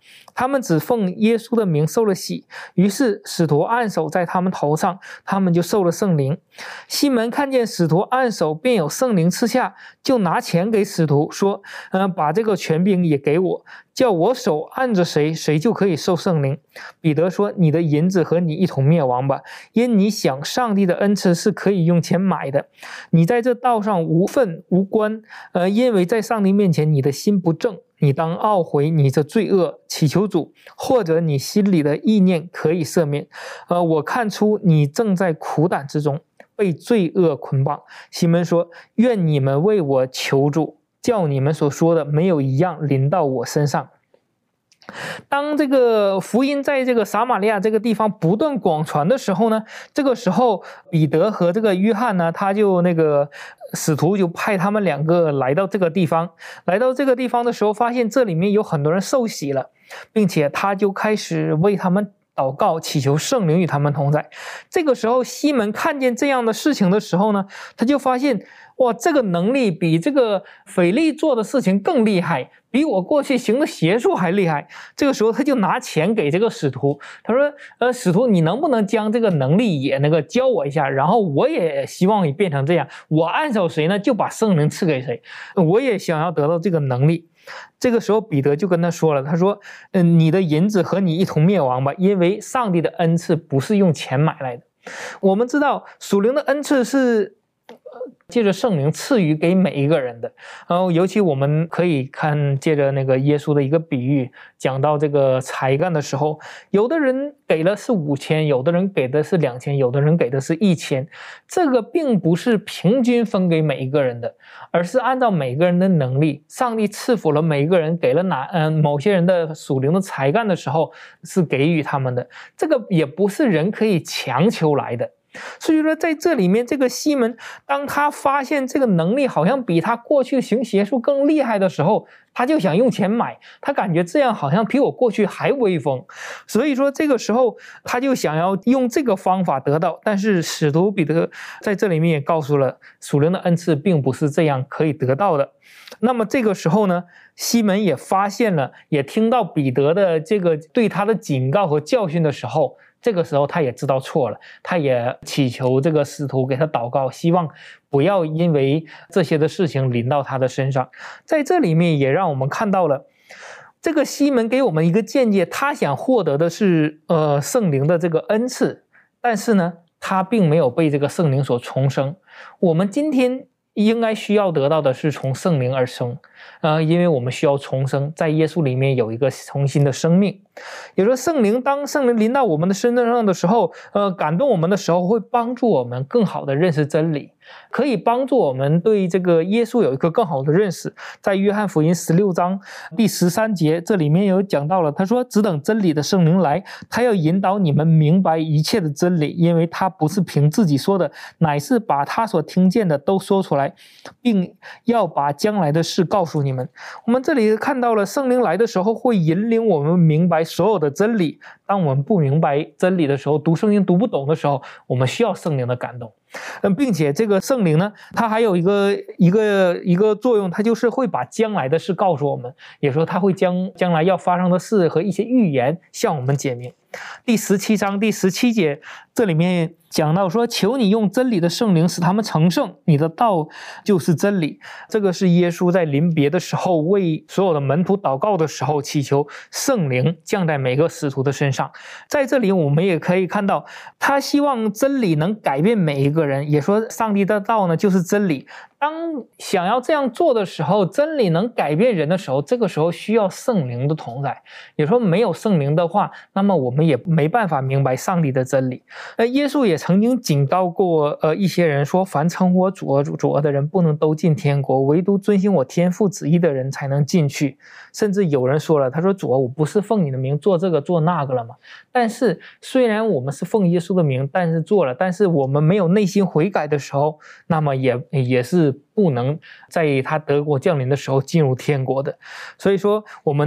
他们只奉耶稣的名受了洗，于是使徒按手在他们头上，他们就受了圣灵。西门看见使徒按手便有圣灵赐下，就拿钱给使徒说，把这个权柄也给我，叫我手按着谁，谁就可以受圣灵。彼得说，你的银子和你一同灭亡吧，因你想上帝的恩赐是可以用钱买的。你在这道上无份无关，因为在上帝面前你的心不正，你当懊悔你的罪恶，祈求主，或者你心里的意念可以赦免。我看出你正在苦胆之中，被罪恶捆绑。西门说，愿你们为我求主，叫你们所说的没有一样临到我身上。当这个福音在这个撒玛利亚这个地方不断广传的时候呢，这个时候彼得和这个约翰呢，他就使徒就派他们两个来到这个地方。来到这个地方的时候，发现这里面有很多人受洗了，并且他就开始为他们祷告，祈求圣灵与他们同在。这个时候西门看见这样的事情的时候呢，他就发现，哇，这个能力比这个腓力做的事情更厉害，比我过去行的邪术还厉害。这个时候他就拿钱给这个使徒，他说使徒，你能不能将这个能力也教我一下，然后我也希望你变成这样，我按手谁呢就把圣灵赐给谁，我也想要得到这个能力。这个时候彼得就跟他说了，他说你的银子和你一同灭亡吧，因为上帝的恩赐不是用钱买来的。我们知道属灵的恩赐是借着圣灵赐予给每一个人的，然后尤其我们可以看借着耶稣的一个比喻，讲到这个才干的时候，有的人给了是5000，有的人给的是2000，有的人给的是1000，这个并不是平均分给每一个人的，而是按照每个人的能力，上帝赐福了每一个人，给了某些人的属灵的才干的时候是给予他们的，这个也不是人可以强求来的。所以说在这里面，这个西门当他发现这个能力好像比他过去行邪术更厉害的时候，他就想用钱买，他感觉这样好像比我过去还威风，所以说这个时候他就想要用这个方法得到。但是使徒彼得在这里面也告诉了，属灵的恩赐并不是这样可以得到的。那么这个时候呢，西门也发现了，也听到彼得的这个对他的警告和教训的时候，这个时候他也知道错了，他也祈求这个使徒给他祷告，希望不要因为这些的事情临到他的身上。在这里面也让我们看到了这个西门给我们一个见解，他想获得的是圣灵的这个恩赐，但是呢他并没有被这个圣灵所重生。我们今天应该需要得到的是从圣灵而生，因为我们需要重生，在耶稣里面有一个重新的生命。也就是圣灵，当圣灵临到我们的身上的时候，感动我们的时候，会帮助我们更好的认识真理，可以帮助我们对这个耶稣有一个更好的认识。在约翰福音16章第13节，这里面有讲到了，他说只等真理的圣灵来，他要引导你们明白一切的真理，因为他不是凭自己说的，乃是把他所听见的都说出来，并要把将来的事告诉你们。我们这里看到了圣灵来的时候会引领我们明白所有的真理。当我们不明白真理的时候，读圣经读不懂的时候，我们需要圣灵的感动。并且这个圣灵呢，它还有一个作用，它就是会把将来的事告诉我们，也说它会将来要发生的事和一些预言向我们解明。第17章第17节，这里面讲到说，求你用真理的圣灵使他们成圣，你的道就是真理。这个是耶稣在临别的时候为所有的门徒祷告的时候，祈求圣灵降在每个使徒的身上。在这里我们也可以看到，他希望真理能改变每一个人，也说上帝的道呢就是真理。当想要这样做的时候，真理能改变人的时候，这个时候需要圣灵的同在。也说没有圣灵的话，那么我们也没办法明白上帝的真理。耶稣也曾经警告过一些人说，凡称我主儿的人不能都进天国，唯独遵行我天父旨意的人才能进去。甚至有人说了，他说主儿，我不是奉你的名做这个做那个了吗？但是虽然我们是奉耶稣的名，但是做了，但是我们没有内心悔改的时候，那么也是不能在他得国降临的时候进入天国的。所以说我们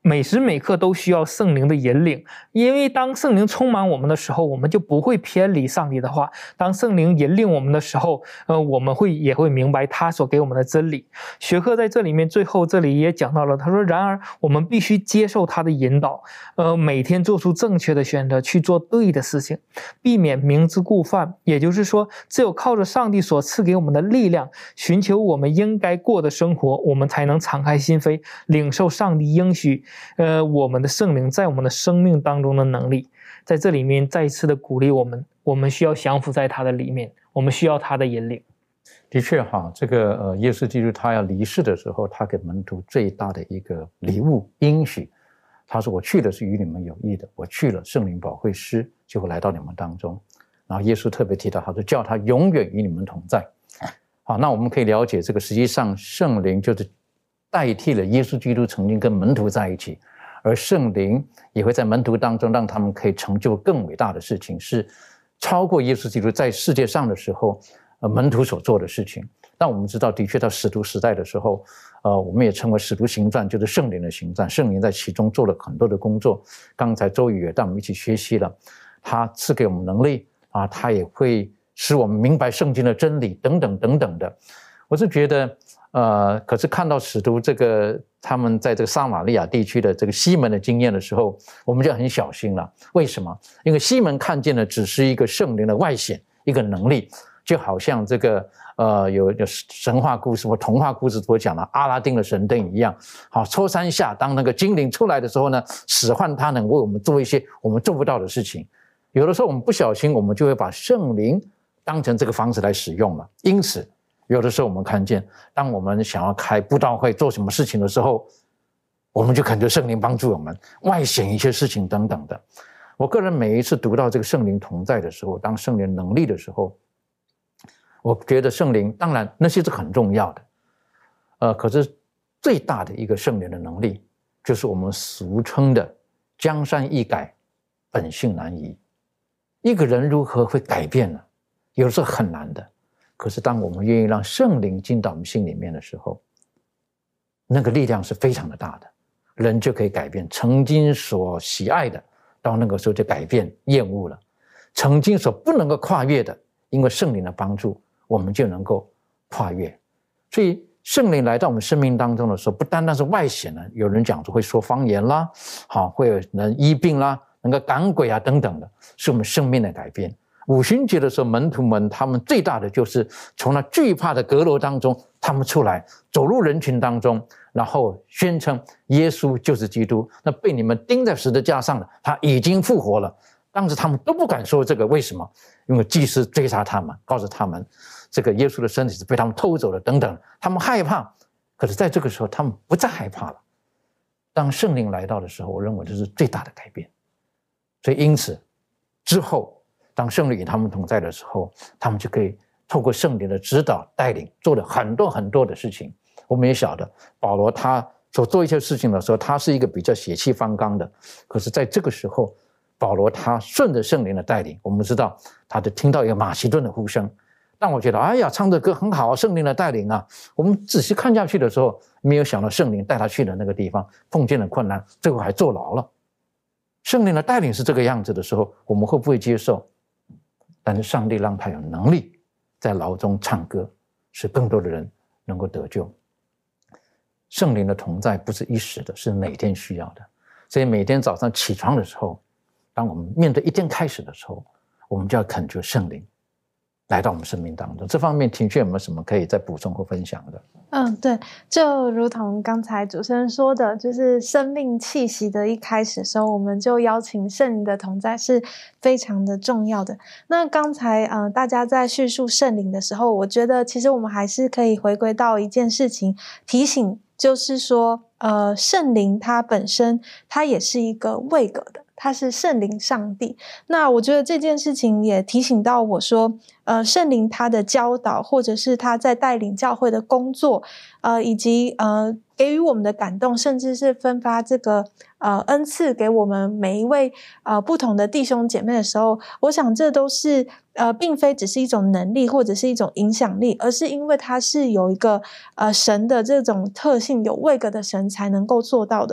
每时每刻都需要圣灵的引领，因为当圣灵充满我们的时候，我们就不会偏离上帝的话。当圣灵引领我们的时候，我们也会明白他所给我们的真理。学科在这里面最后这里也讲到了，他说：然而我们必须接受他的引导，每天做出正确的选择，去做对的事情，避免明知故犯。也就是说，只有靠着上帝所赐给我们的力量，寻求我们应该过的生活，我们才能敞开心扉，领受上帝应许我们的圣灵在我们的生命当中的能力。在这里面再一次的鼓励我们需要降服在他的里面，我们需要他的引领。 的确哈，这个耶稣基督他要离世的时候，他给门徒最大的一个礼物应许，他说：我去的是与你们有益的，我去了，圣灵保惠师就会来到你们当中。然后耶稣特别提到，他说叫他永远与你们同在。好，那我们可以了解，这个实际上圣灵就是代替了耶稣基督曾经跟门徒在一起，而圣灵也会在门徒当中让他们可以成就更伟大的事情，是超过耶稣基督在世界上的时候门徒所做的事情。但我们知道，的确到使徒时代的时候，我们也称为使徒行传，就是圣灵的行传，圣灵在其中做了很多的工作。刚才周宇也带我们一起学习了，他赐给我们能力啊，他也会使我们明白圣经的真理等等等等的。我是觉得可是看到使徒他们在这个撒玛利亚地区的这个西门的经验的时候，我们就很小心了。为什么？因为西门看见的只是一个圣灵的外显，一个能力，就好像这个有神话故事或童话故事所讲的阿拉丁的神灯一样。好，戳三下，当那个精灵出来的时候呢，使唤他能为我们做一些我们做不到的事情。有的时候我们不小心，我们就会把圣灵当成这个方式来使用了。因此有的时候我们看见，当我们想要开布道会做什么事情的时候，我们就恳求圣灵帮助我们外显一些事情等等的。我个人每一次读到这个圣灵同在的时候，当圣灵能力的时候，我觉得圣灵当然那些是很重要的，可是最大的一个圣灵的能力，就是我们俗称的江山易改，本性难移。一个人如何会改变呢？有的时候很难的。可是当我们愿意让圣灵进到我们心里面的时候，那个力量是非常的大的，人就可以改变曾经所喜爱的，到那个时候就改变厌恶了。曾经所不能够跨越的，因为圣灵的帮助，我们就能够跨越。所以圣灵来到我们生命当中的时候，不单单是外显的，有人讲说会说方言啦，好，会有人医病啦，能够赶鬼啊等等的，是我们生命的改变。五旬节的时候，门徒们他们最大的就是从那惧怕的阁楼当中，他们出来走入人群当中，然后宣称耶稣就是基督，那被你们钉在十字架上的，他已经复活了。当时他们都不敢说这个，为什么？因为祭司追杀他们，告诉他们这个耶稣的身体是被他们偷走了等等，他们害怕。可是在这个时候他们不再害怕了。当圣灵来到的时候，我认为这是最大的改变。所以因此之后当圣灵与他们同在的时候，他们就可以透过圣灵的指导带领，做了很多很多的事情。我们也晓得保罗他所做一些事情的时候，他是一个比较血气方刚的，可是在这个时候保罗他顺着圣灵的带领，我们知道他就听到一个马其顿的呼声。但我觉得哎呀，唱这歌很好啊，圣灵的带领啊。我们仔细看下去的时候，没有想到圣灵带他去的那个地方碰见了困难，最后还坐牢了。圣灵的带领是这个样子的时候，我们会不会接受？但是上帝让他有能力在牢中唱歌，使更多的人能够得救。圣灵的同在不是一时的，是每天需要的。所以每天早上起床的时候，当我们面对一天开始的时候，我们就要恳求圣灵来到我们生命当中。这方面庭轩有没有什么可以再补充或分享的？ 对，就如同刚才主持人说的，就是生命气息的一开始的时候，我们就邀请圣灵的同在是非常的重要的。那刚才大家在叙述圣灵的时候，我觉得其实我们还是可以回归到一件事情，提醒就是说圣灵它本身它也是一个位格的，它是圣灵上帝。那我觉得这件事情也提醒到我说圣灵他的教导，或者是他在带领教会的工作以及给予我们的感动，甚至是分发这个恩赐给我们每一位不同的弟兄姐妹的时候，我想这都是并非只是一种能力或者是一种影响力，而是因为它是有一个神的这种特性，有位格的神才能够做到的。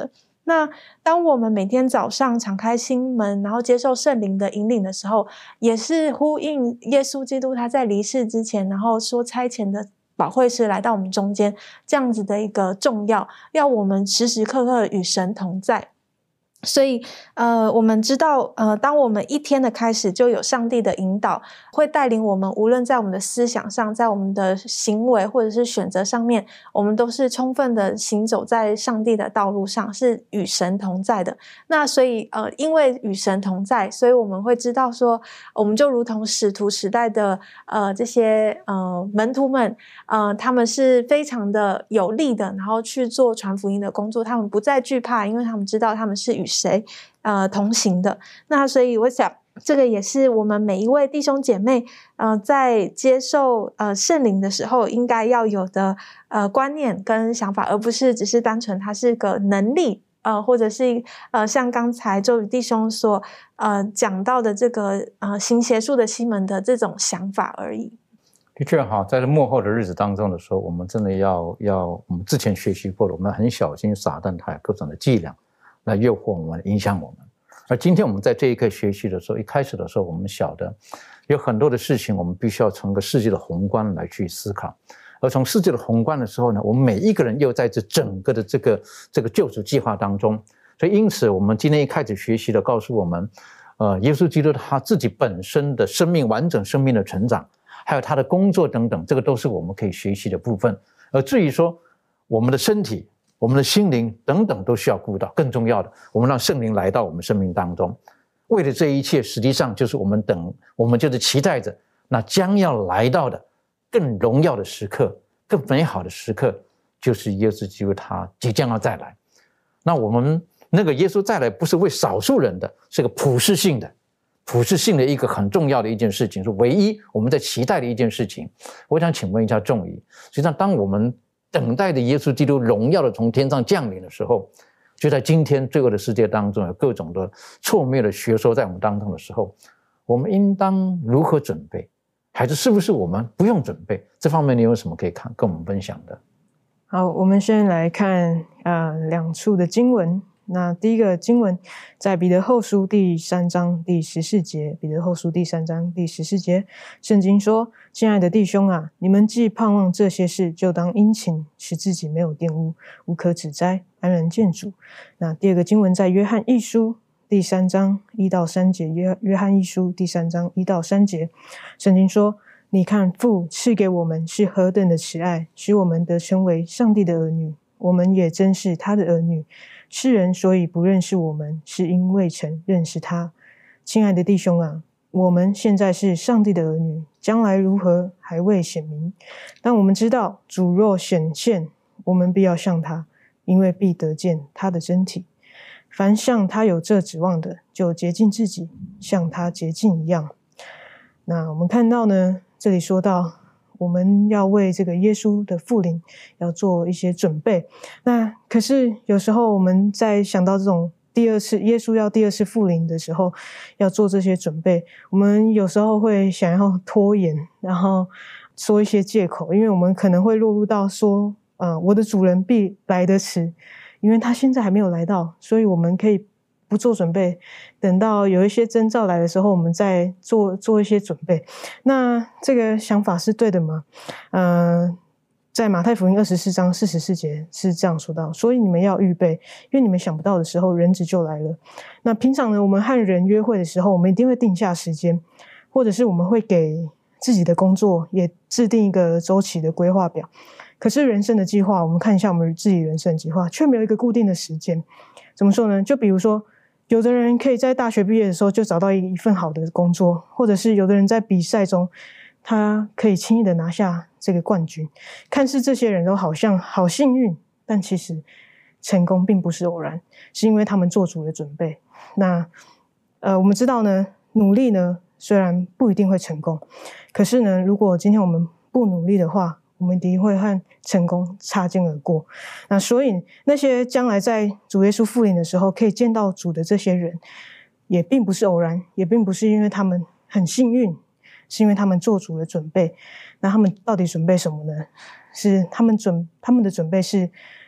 那当我们每天早上敞开心门，然后接受圣灵的引领的时候，也是呼应耶稣基督他在离世之前，然后说差遣的保惠师来到我们中间，这样子的一个重要，要我们时时刻刻与神同在。所以我们知道当我们一天的开始就有上帝的引导，会带领我们，无论在我们的思想上，在我们的行为或者是选择上面，我们都是充分的行走在上帝的道路上，是与神同在的。那所以因为与神同在，所以我们会知道说，我们就如同使徒时代的这些门徒们他们是非常的有力的，然后去做传福音的工作，他们不再惧怕，因为他们知道他们是与谁同行的。那所以我想这个也是我们每一位弟兄姐妹在接受圣灵的时候应该要有的观念跟想法，而不是只是单纯它是个能力或者是像刚才周宇弟兄所讲到的这个行邪术的西门的这种想法而已。 的确哈，在这末后的日子当中的时候，我们真的要我们之前学习过了，我们很小心撒旦他有各种的伎俩来诱惑我们，影响我们。而今天我们在这一课学习的时候，一开始的时候我们晓得有很多的事情我们必须要从个世界的宏观来去思考，而从世界的宏观的时候呢，我们每一个人又在这整个的这个救赎计划当中。所以因此我们今天一开始学习的告诉我们耶稣基督他自己本身的生命，完整生命的成长，还有他的工作等等，这个都是我们可以学习的部分。而至于说我们的身体，我们的心灵等等都需要顾到，更重要的，我们让圣灵来到我们生命当中。为了这一切，实际上就是我们就是期待着那将要来到的更荣耀的时刻，更美好的时刻，就是耶稣基督他即将要再来。那我们那个耶稣再来不是为少数人的，是个普世性的一个很重要的一件事情，是唯一我们在期待的一件事情。我想请问一下仲仪，实际上当我们等待的耶稣基督荣耀的从天上降临的时候，就在今天罪恶的世界当中有各种的错谬的学说在我们当中的时候，我们应当如何准备？还是不是我们不用准备？这方面你有什么可以跟我们分享的？ 好，我们先来看两处的经文。那第一个经文在彼得后书第3章第14节，彼得后书第3章第14节，圣经说：亲爱的弟兄啊，你们既盼望这些事，就当殷勤，使自己没有玷污，无可指摘，安然见主。那第二个经文在约翰一书第3章1到3节，约翰一书第3章1到3节，圣经说：你看父赐给我们是何等的慈爱，使我们得称为上帝的儿女，我们也真是他的儿女。世人所以不认识我们，是因未曾认识他。亲爱的弟兄啊，我们现在是上帝的儿女，将来如何还未显明。但我们知道主若显现，我们必要像他，因为必得见他的真体。凡像他有这指望的，就洁净自己，像他洁净一样。那我们看到呢，这里说到我们要为这个耶稣的复临要做一些准备。那可是有时候我们在想到这种耶稣要第二次复临的时候要做这些准备，我们有时候会想要拖延，然后说一些借口，因为我们可能会落入到说我的主人必来得迟，因为他现在还没有来到，所以我们可以不做准备，等到有一些征兆来的时候我们再做一些准备。那这个想法是对的吗？在马太福音24章44节是这样说到：所以你们要预备，因为你们想不到的时候人子就来了。那平常呢，我们和人约会的时候，我们一定会定下时间，或者是我们会给自己的工作也制定一个周期的规划表。可是人生的计划，我们看一下我们自己人生的计划，却没有一个固定的时间。怎么说呢？就比如说有的人可以在大学毕业的时候就找到一份好的工作，或者是有的人在比赛中他可以轻易的拿下这个冠军。看似这些人都好像好幸运，但其实成功并不是偶然，是因为他们做足了准备。那我们知道呢，努力呢虽然不一定会成功，可是呢，如果今天我们不努力的话，我们一定会和成功擦肩而过。那所以那些将来在主耶稣复临的时候可以见到主的这些人，也并不是偶然，也并不是因为他们很幸运，是因为他们做足了准备。那他们到底准备什么呢？是他们的准备是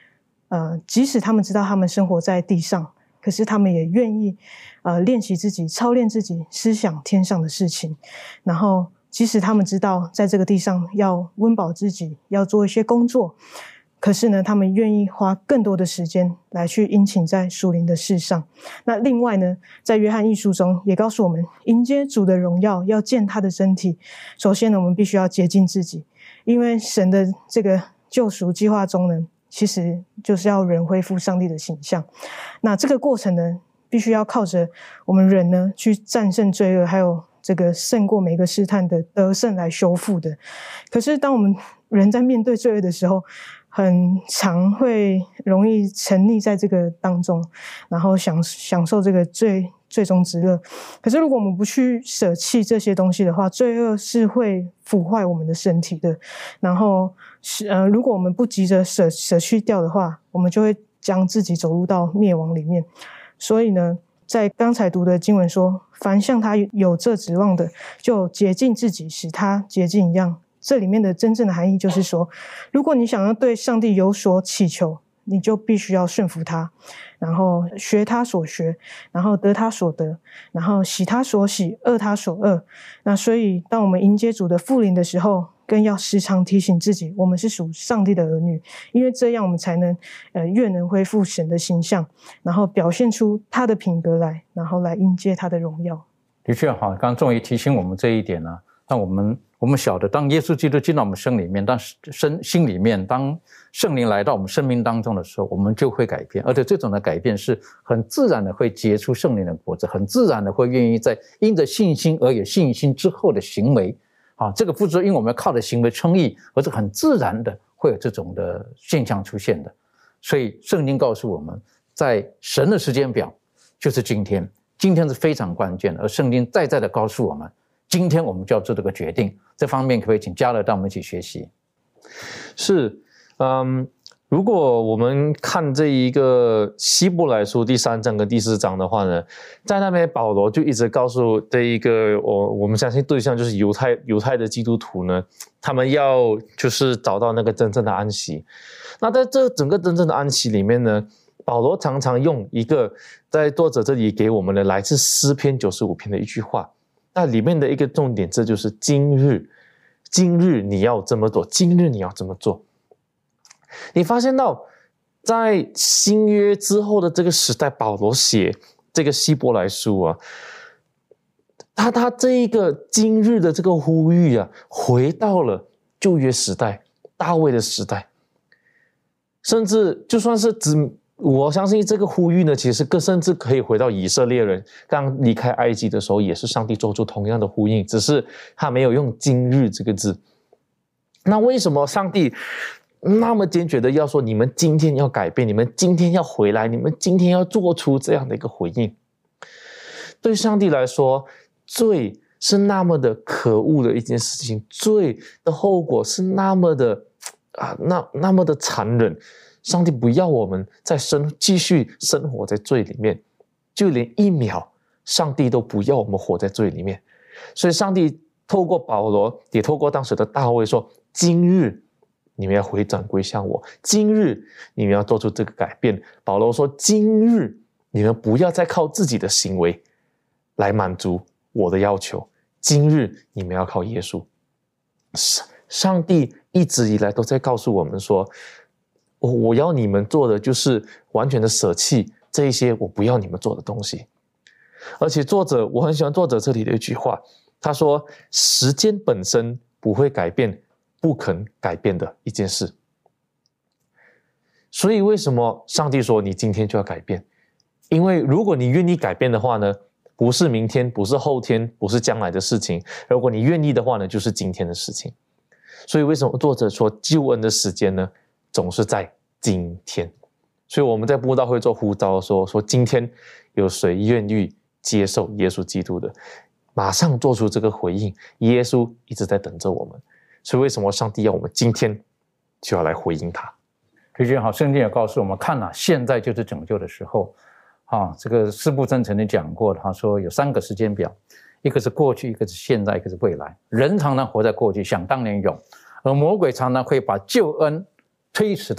即使他们知道他们生活在地上，可是他们也愿意练习自己，操练自己，思想天上的事情。然后即使他们知道在这个地上要温饱自己，要做一些工作，可是呢，他们愿意花更多的时间来去殷勤在属灵的事上。那另外呢，在约翰一书中也告诉我们，迎接主的荣耀，要见他的身体，首先呢，我们必须要洁净自己，因为神的这个救赎计划中呢，其实就是要人恢复上帝的形象。那这个过程呢，必须要靠着我们人呢去战胜罪恶，还有这个胜过每个试探的得胜来修复的。可是当我们人在面对罪恶的时候，很常会容易沉溺在这个当中，然后享受这个最终之乐。可是如果我们不去舍弃这些东西的话，罪恶是会腐坏我们的身体的。然后如果我们不急着舍去掉的话，我们就会将自己走入到灭亡里面。所以呢，在刚才读的经文说，凡向他有这指望的，就洁净自己，使他洁净一样。这里面的真正的含义就是说，如果你想要对上帝有所祈求，你就必须要顺服他，然后学他所学，然后得他所得，然后喜他所喜，恶他所恶。那所以当我们迎接主的复临的时候，更要时常提醒自己，我们是属上帝的儿女，因为这样我们才能越能恢复神的形象，然后表现出他的品格来，然后来迎接他的荣耀。 的确哈，刚刚终于提醒我们这一点呢。但我们晓得，当耶稣基督进到我们心里面，当心里面，当圣灵来到我们生命当中的时候，我们就会改变，而且这种的改变是很自然的，会结出圣灵的果子，很自然的会愿意在因着信心而有信心之后的行为啊，这个不是因为我们要靠着行为称义，而是很自然的会有这种的现象出现的。所以圣经告诉我们，在神的时间表就是今天是非常关键的，而圣经再的告诉我们，今天我们就要做这个决定。这方面可不可以请嘉乐带我们一起学习？ 是，如果我们看这一个希伯来书第3章跟第4章的话呢，在那边保罗就一直告诉这一个我们相信对象就是犹太的基督徒呢，他们要就是找到那个真正的安息。那在这整个真正的安息里面呢，保罗常常用一个在作者这里给我们的来自诗篇95篇的一句话，那里面的一个重点，这就是今日你要这么做，今日你要这么做。你发现到在新约之后的这个时代，保罗写这个希伯来书啊，他这一个今日的这个呼吁啊，回到了旧约时代大卫的时代，甚至就算是我相信这个呼吁呢，其实甚至可以回到以色列人刚离开埃及的时候，也是上帝做出同样的呼应，只是他没有用今日这个字。那为什么上帝那么坚决的要说，你们今天要改变，你们今天要回来，你们今天要做出这样的一个回应？对上帝来说，罪是那么的可恶的一件事情，罪的后果是那么的那么的残忍。上帝不要我们继续生活在罪里面，就连一秒上帝都不要我们活在罪里面。所以上帝透过保罗，也透过当时的大卫说，今日你们要回转归向我，今日你们要做出这个改变。保罗说，今日你们不要再靠自己的行为来满足我的要求，今日你们要靠耶稣。上帝一直以来都在告诉我们说，我要你们做的就是完全的舍弃这一些我不要你们做的东西。而且我很喜欢作者这里的一句话，他说，时间本身不会改变不肯改变的一件事。所以为什么上帝说你今天就要改变？因为如果你愿意改变的话呢，不是明天，不是后天，不是将来的事情，如果你愿意的话呢，就是今天的事情。所以为什么作者说救恩的时间呢，总是在今天？所以我们在布道会做呼召说今天有谁愿意接受耶稣基督的，马上做出这个回应，耶稣一直在等着我们。所以为什么上帝要我们今天就要来回应他？ 的确好，圣经也告诉我们，看现在就是拯救的时候这个司布真曾经讲过，他说有3个时间表，一个是过去，一个是现在，一个是未来。人常常活在过去，想当年勇，而魔鬼常常会把救恩推迟到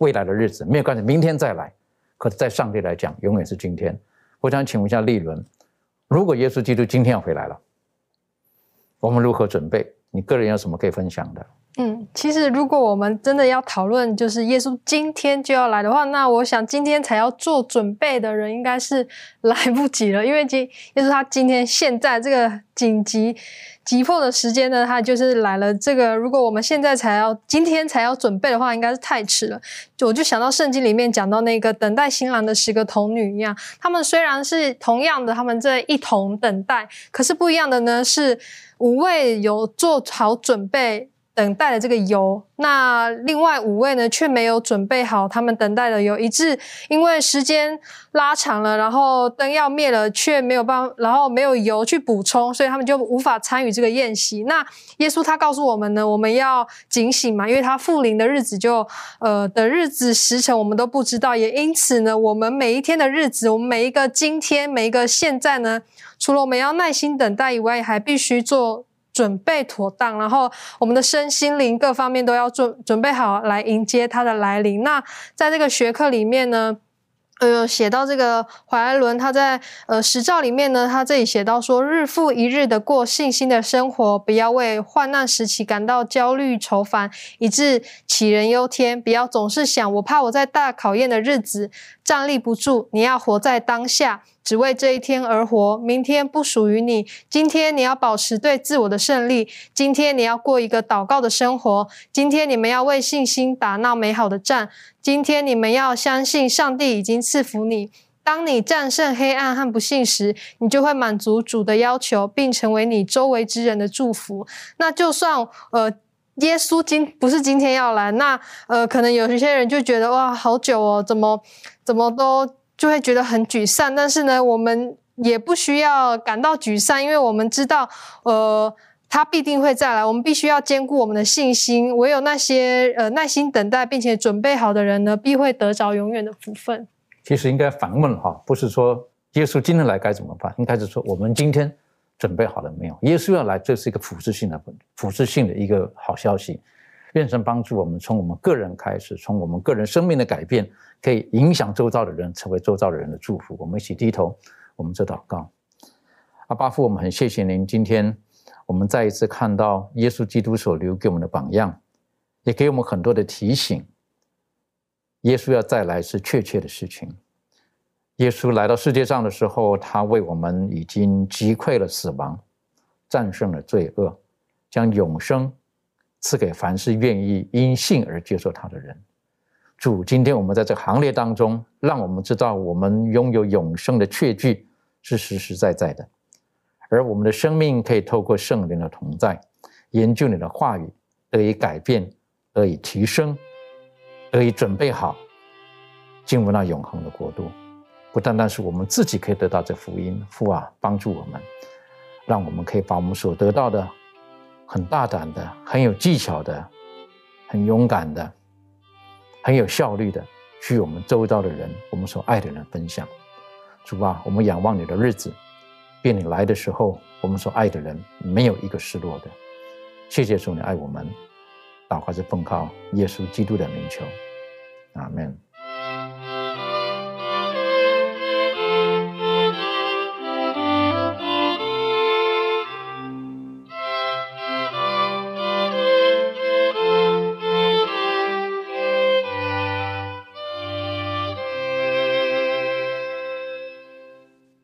未来的日子，没有关系，明天再来。可是在上帝来讲，永远是今天。我想请问一下立伦，如果耶稣基督今天要回来了，我们如何准备？你个人有什么可以分享的？ 其实如果我们真的要讨论，就是耶稣今天就要来的话，那我想今天才要做准备的人应该是来不及了，因为耶稣他今天现在这个急迫的时间呢，他就是来了。这个如果我们今天才要准备的话，应该是太迟了。我就想到圣经里面讲到那个等待新郎的10个童女一样，他们虽然是同样的，他们这一同等待，可是不一样的呢是5位有做好准备等待的这个油，那另外5位呢却没有准备好他们等待的油，以致因为时间拉长了，然后灯要灭了，却没有办法，然后没有油去补充，所以他们就无法参与这个宴席。那耶稣他告诉我们呢，我们要警醒嘛，因为他复临的日子的日子时辰我们都不知道，也因此呢，我们每一天的日子，我们每一个今天，每一个现在呢，除了我们要耐心等待以外，还必须做准备妥当，然后我们的身心灵各方面都要准备好来迎接他的来临。那在这个学课里面呢，写到这个怀爱伦他在10诏里面呢，他这里写到说，日复一日的过信心的生活，不要为患难时期感到焦虑愁烦，以致杞人忧天。不要总是想我怕我在大考验的日子站立不住，你要活在当下，只为这一天而活，明天不属于你。今天你要保持对自我的胜利，今天你要过一个祷告的生活，今天你们要为信心打那美好的战，今天你们要相信上帝已经赐福你。当你战胜黑暗和不幸时，你就会满足主的要求，并成为你周围之人的祝福。那就算耶稣不是今天要来，那可能有一些人就觉得哇好久哦，怎么都就会觉得很沮丧。但是呢，我们也不需要感到沮丧，因为我们知道他必定会再来。我们必须要坚固我们的信心，唯有那些耐心等待并且准备好的人呢，必会得着永远的福分。 其实应该反问不是说耶稣今天来该怎么办，应该是说我们今天准备好了没有？耶稣要来，这是一个普世性的一个好消息。愿神帮助我们，从我们个人开始，从我们个人生命的改变，可以影响周遭的人，成为周遭的人的祝福。我们一起低头，我们做祷告。阿爸父，我们很谢谢您，今天我们再一次看到耶稣基督所留给我们的榜样，也给我们很多的提醒。耶稣要再来是确切的事情。耶稣来到世界上的时候，他为我们已经击溃了死亡，战胜了罪恶，将永生赐给凡是愿意因信而接受他的人。主，今天我们在这个行列当中，让我们知道我们拥有永生的确据是实实在在的，而我们的生命可以透过圣灵的同在，研究你的话语，得以改变，得以提升，得以准备好进入那永恒的国度。不单单是我们自己可以得到这福音，父啊，帮助我们，让我们可以把我们所得到的很大胆的、很有技巧的、很勇敢的、很有效率的去我们周遭的人，我们所爱的人分享。主啊，我们仰望你的日子，愿你来的时候，我们所爱的人没有一个失落的。谢谢主，你爱我们。祷告是奉靠耶稣基督的名求，阿们。